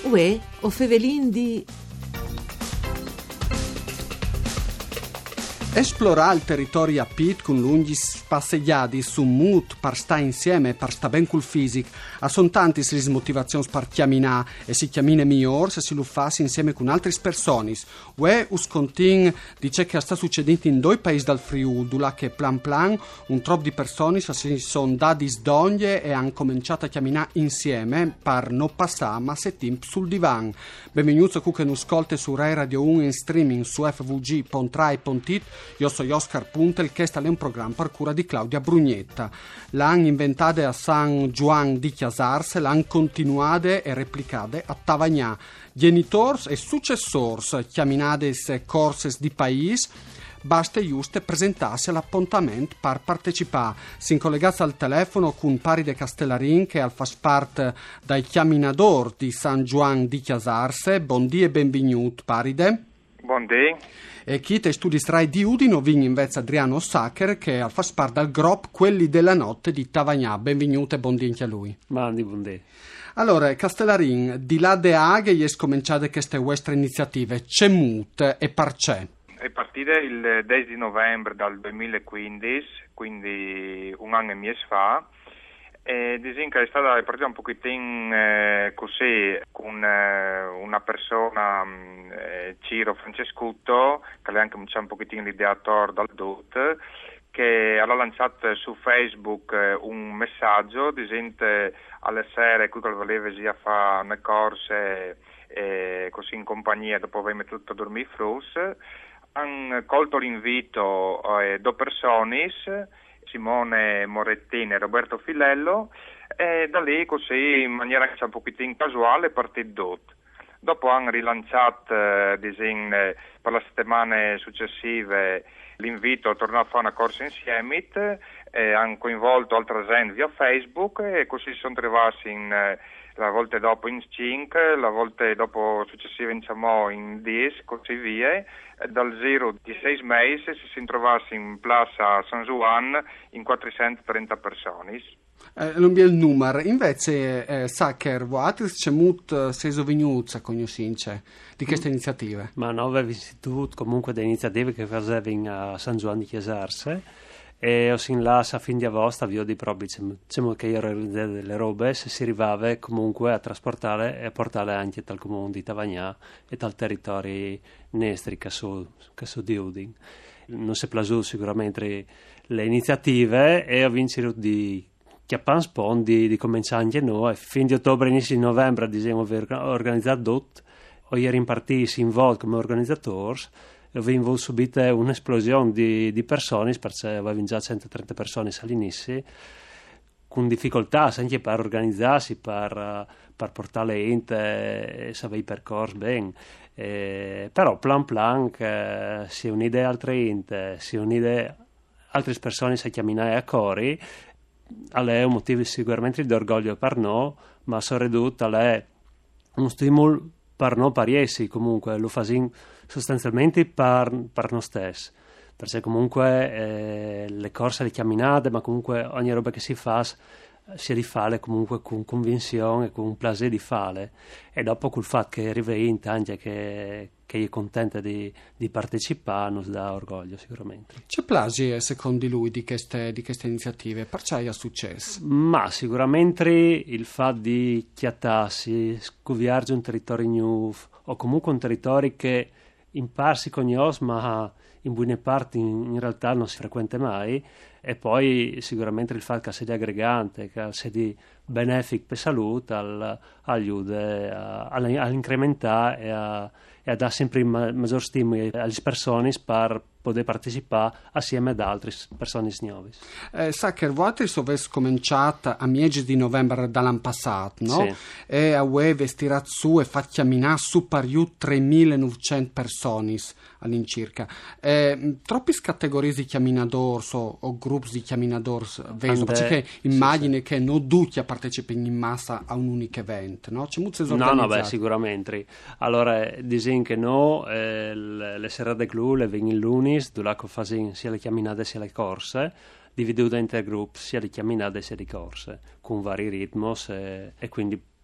Uè, o fevelin di... Esplorare il territorio a Pit con lunghi passeggiati su mut per stare insieme, per stare ben col fisico. Sono tanti le motivazioni per camminare e si cammina migliore se si lo fa insieme con altre persone. Uè, uscontin dice che sta succedendo in 2 paesi dal Friuli, dove che plan plan un troppo di persone si sono dati sdoglie e hanno cominciato a camminare insieme per non passare ma settimane sul divan. Benvenuti a che non ascolta su Rai Radio 1 in streaming su fvg.rai.it. Io sono Oscar Puntel, che sta è un programma per cura di Claudia Brugnetta. L'hanno inventato a San Juan di Chiasarse, l'hanno continuato e replicate a Tavagnà. Genitori e successori, chiaminades corses di paese, basta giusto presentarsi all'appuntamento per partecipare. Si incollegazza al telefono con Paride Castellarin, che fa parte dai chiaminador di San Juan di Chiasarse. Buondì e benvenuto, Paride. Buondì. E chi te studi strai di Udino vin invece Adriano Sacher, che fa parte dal gruppo Quelli della Notte di Tavagnà. Benvenuto e buondì anche a lui. Buondì. Allora, Castellarin, di là de Aghe gli scominciate queste vostre iniziative, c'è mut e parcè? È partita il 10 novembre del 2015, quindi un anno e mese fa. Diciamo che è stata partita un pochettino così con una persona, Ciro Francescutto, che è anche un pochettino l'ideatore del DOT, che ha lanciato su Facebook un messaggio dicendo alle sere qui che voleva sia fare una corsa così in compagnia dopo aver messo a dormire frus. Hanno colto l'invito 2 persone, Simone Morettini e Roberto Filello, e da lì così in maniera un pochettino casuale è partito DOT. Dopo hanno rilanciato per le settimane successive l'invito a tornare a fare una corsa insieme, hanno coinvolto altre gente via Facebook e così si sono trovati la volta dopo in 5, la volta dopo successiva in 10, così via. Dal giro di 6 mesi si sono trovati in Plaza San Juan in 430 persone. Non vi è il numero, invece Sacher, voi c'è molto seso venuto a conoscenza di queste iniziative? Ma no, avevo istituto comunque delle iniziative che facevano a San Giovanni di Chiasarse e ho sin là a fin di agosto avvio di proprio diciamo che io realizzavo delle robe se si arrivava comunque a trasportare e a portarle anche dal comune di Tavagnà e dal territorio nestri che sono di Udin. Non si è plasuto sicuramente le iniziative e ho vinto di chiappan spon di cominciare anche noi. Fin di ottobre, inizio di novembre, diciamo, organizzato DOT. Ho ieri in partiti involti come organizzatori e ho avuto subito un'esplosione di persone, perché avevamo già 130 persone all'inizio, con difficoltà anche per organizzarsi, per portare gente, sapere i percorsi bene. Però plan che si un'idea altre gente, si un'idea altre persone a camminare a cori, è un motivo sicuramente di orgoglio per noi, ma soprattutto è un stimolo per noi pariesi, comunque lo facciamo sostanzialmente per noi stessi, perché comunque le corse, le camminate, ma comunque ogni roba che si fa si rifà comunque con convinzione e con un piacere di fare, e dopo col fatto che arrivi anche che è contenta di partecipare nos dà orgoglio sicuramente. C'è piacere secondo lui di queste iniziative? Perché è successo? Ma sicuramente il fatto di chiattarsi, scoviarsi un territorio nuovo o comunque un territorio che in par si conosce ma in buone parti in realtà non si frequenta mai, e poi sicuramente il fatto che sia aggregante, che sia di benefic per salute, aiuta all'incrementare e a dare sempre maggior stimoli alle persone per poter partecipare assieme ad altre persone nuove. Sacher, voi avete cominciato a mesi di novembre dall'anno passato, no? Sì. E avete stirato su e fatto camminare su per 3.900 persone all'incirca. Troppi categorie di camminadori o gruppi di camminadori vedo, perché immagino sì. che non tutti partecipino in massa a un unico evento, no? C'è molto No, sicuramente. Allora, diciamo che le serate clou le vengono il lunis, dove facciamo sia le camminate sia le corse, dividute in tre gruppi, sia le camminate sia le corse, con vari ritmi e quindi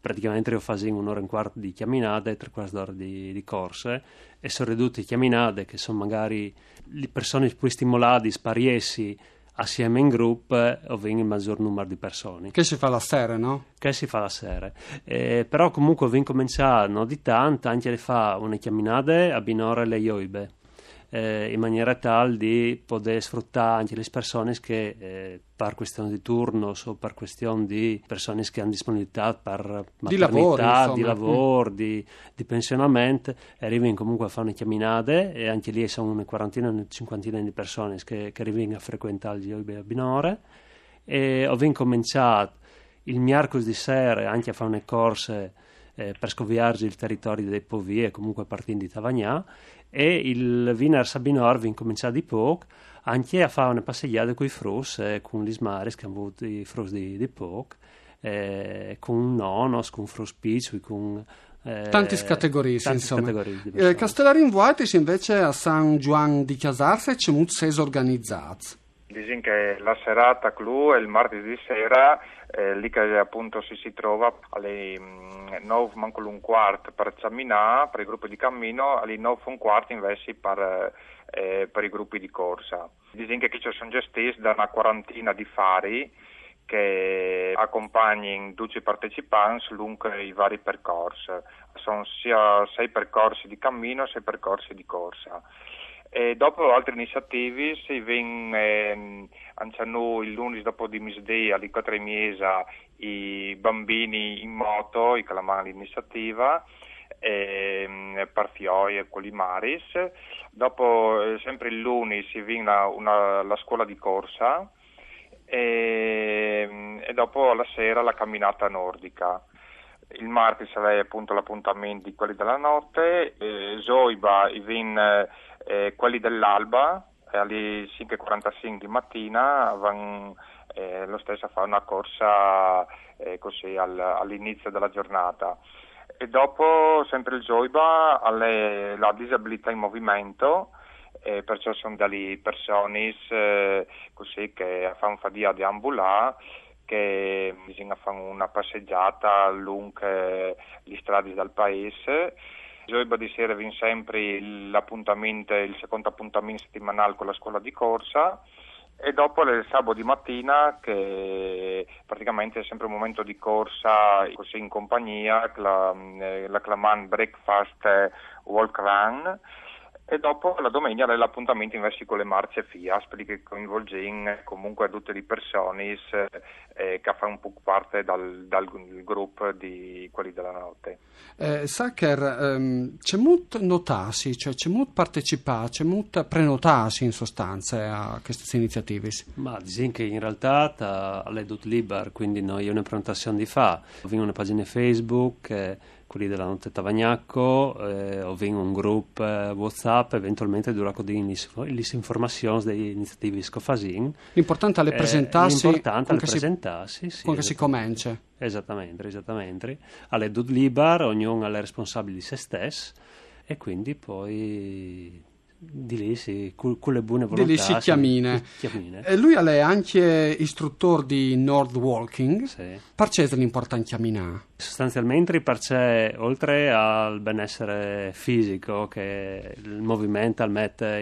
praticamente io facevo un'ora e un quarto di camminate e 3/4 d'ora di corse, e sono ridotte camminate che sono magari le persone più stimolate spariessi assieme in gruppo o vengono il maggior numero di persone. Che si fa la sera, no? Che si fa la sera. Però comunque vengono cominciare di tanto anche a fare una camminata a binore le ioibe, in maniera tale di poter sfruttare anche le persone che per questione di turno o per questione di persone che hanno disponibilità per maternità, di lavoro, di pensionamento, arrivano comunque a fare una camminata, e anche lì sono una quarantina, una cinquantina di persone che arrivano a frequentare gli ioibe a binore. E ho cominciato il miércoles di sera anche a fare una corse per scoviarsi il territorio dei Povi e comunque partendo di Tavagnà, e il venerdì a binore vi cominciato di poco anche a fare una passeggiata con i frus, con gli smaris che hanno avuto i frus di poco, con nonos, con frus piccoli, con tanti categorie, insomma. Categorie Castellarin Vuaitis invece a San Juan di Chiasarse c'è molto ses organizzati. Dicono che la serata clou è il martedì sera, lì che appunto si trova alle 9 manco un quarto per camminare, per i gruppi di cammino, alle 9 un quarto invece per i gruppi di corsa. Dicono che ci sono gestiti da una quarantina di fari che accompagnano tutti i partecipanti lungo i vari percorsi. Sono sia 6 percorsi di cammino, 6 percorsi di corsa. E dopo altre iniziative si vengono il lunedì dopo di misdì alle 4:30 i bambini in moto, i calamani l'iniziativa, per Fioi e Colimaris. Dopo sempre il lunedì si viene la scuola di corsa e dopo alla sera la camminata nordica. Il martedì sarà appunto l'appuntamento di quelli della notte, Zoiba quelli dell'alba, alle 5:45 di mattina vanno lo stesso a fare una corsa così all'inizio della giornata. E dopo sempre il Zoiba la disabilità in movimento, perciò sono delle persone così che fanno fatica di ambulare, che bisogna fare una passeggiata lungo le strade del paese. Zoiba di sera viene sempre il secondo appuntamento settimanale con la scuola di corsa, e dopo il sabato di mattina che praticamente è sempre un momento di corsa così in compagnia, la Claman Breakfast Walk Run. E dopo la domenica l'appuntamento invece con le marce FIAS, perché coinvolgono comunque tutte le persone che fanno un po' parte dal gruppo di quelli della notte. Sacher, c'è molto notarsi, cioè c'è molto partecipare, c'è molto prenotarsi in sostanza a queste iniziative? Ma dicono che in realtà all'Edut Liber, quindi noi una prenotazione di fa, vengono una pagina Facebook, quelli della notte Tavagnacco, o vengono un gruppo WhatsApp, eventualmente durante le informazioni delle iniziative Scofasin. L'importante è presentarsi, sì, con che si comincia. Esattamente. All'Edut Liber ognuno è responsabile di se stesso, e quindi poi di lì con le buone volontà di lì si chiamine. Lui è anche istruttore di North Walking. Sì. Perché è l'importante camminare? Sostanzialmente perché oltre al benessere fisico che il movimento mette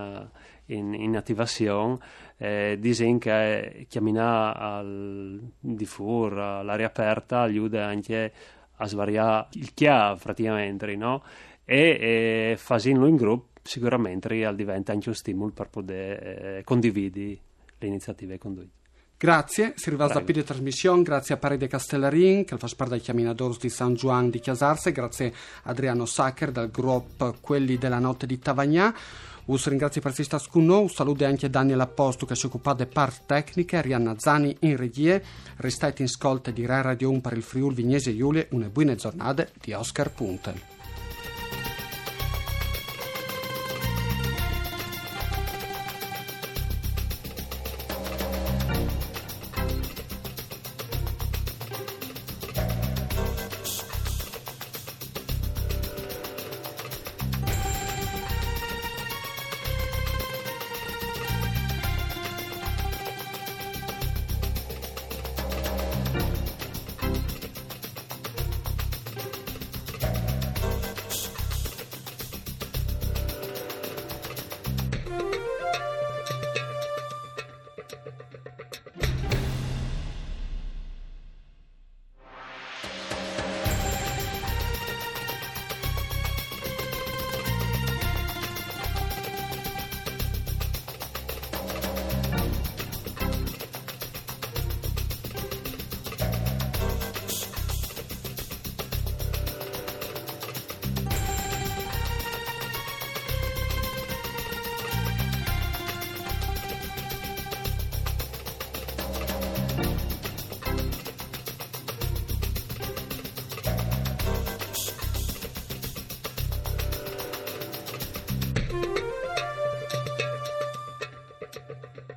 in attivazione, dicono che camminare di fuori all'aria aperta aiuta anche a svariare il chiave praticamente, no? E facendolo in gruppo sicuramente diventa anche un stimolo per poter condividere le iniziative con lui. Grazie, si arriva alla fine trasmissione, grazie a Paride Castellarin che fa parte dei camminadores di San Juan di Chiasarse, grazie a Adriano Sacher dal gruppo Quelli della Notte di Tavagnà. Us ringrazio per essere stati con noi, saluto anche Daniel Apposto che si occupa di parte tecniche, Arianna Zani in regie, restate in ascolto di Rai Radio 1 per il Friuli Vignese Giulia, una buona giornata di Oscar Puntel. Grazie.